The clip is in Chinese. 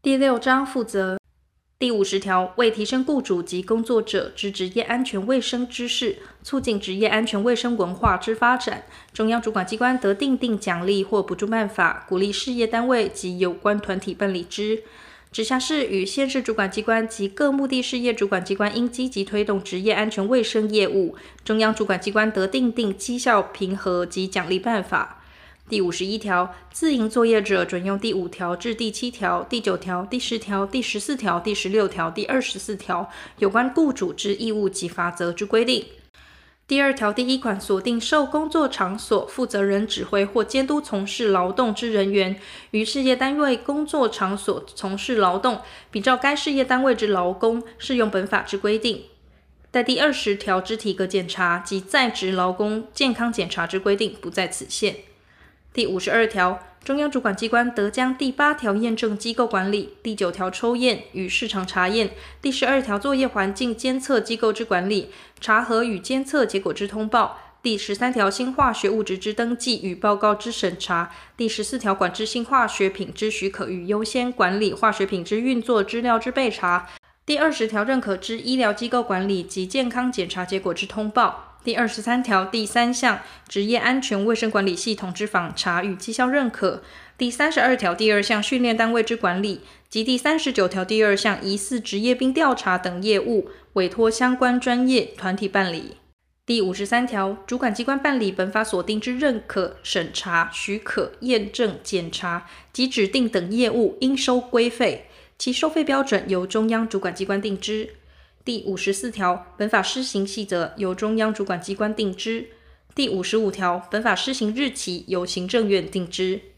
第6章负责。第50条，为提升雇主及工作者之职业安全卫生知识，促进职业安全卫生文化之发展，中央主管机关得订定奖励或补助办法，鼓励事业单位及有关团体办理之。直辖市与县市主管机关及各目的事业主管机关应积极推动职业安全卫生业务，中央主管机关得订定绩效评核及奖励办法。第51条，自营作业者准用第5条至第7条、第9条、第10条、第14条、第16条、第24条有关雇主之义务及罚则之规定。第2条第1款锁定受工作场所负责人指挥或监督从事劳动之人员，于事业单位工作场所从事劳动，比照该事业单位之劳工，适用本法之规定。在第20条之体格检查及在职劳工健康检查之规定不在此限。第52条，中央主管机关得将第8条验证机构管理、第9条抽验与市场查验、第12条作业环境监测机构之管理、查核与监测结果之通报、第13条新化学物质之登记与报告之审查、第14条管制性化学品之许可与优先管理化学品之运作资料之备查、第20条认可之医疗机构管理及健康检查结果之通报、第23条第3项职业安全卫生管理系统之访查与绩效认可，第32条第2项训练单位之管理及第39条第2项疑似职业病调查等业务，委托相关专业团体办理。第53条，主管机关办理本法所定之认可、审查、许可、验证、检查及指定等业务，应收规费，其收费标准由中央主管机关定之。第54条，本法施行细则由中央主管机关定之。第55条，本法施行日期由行政院定之。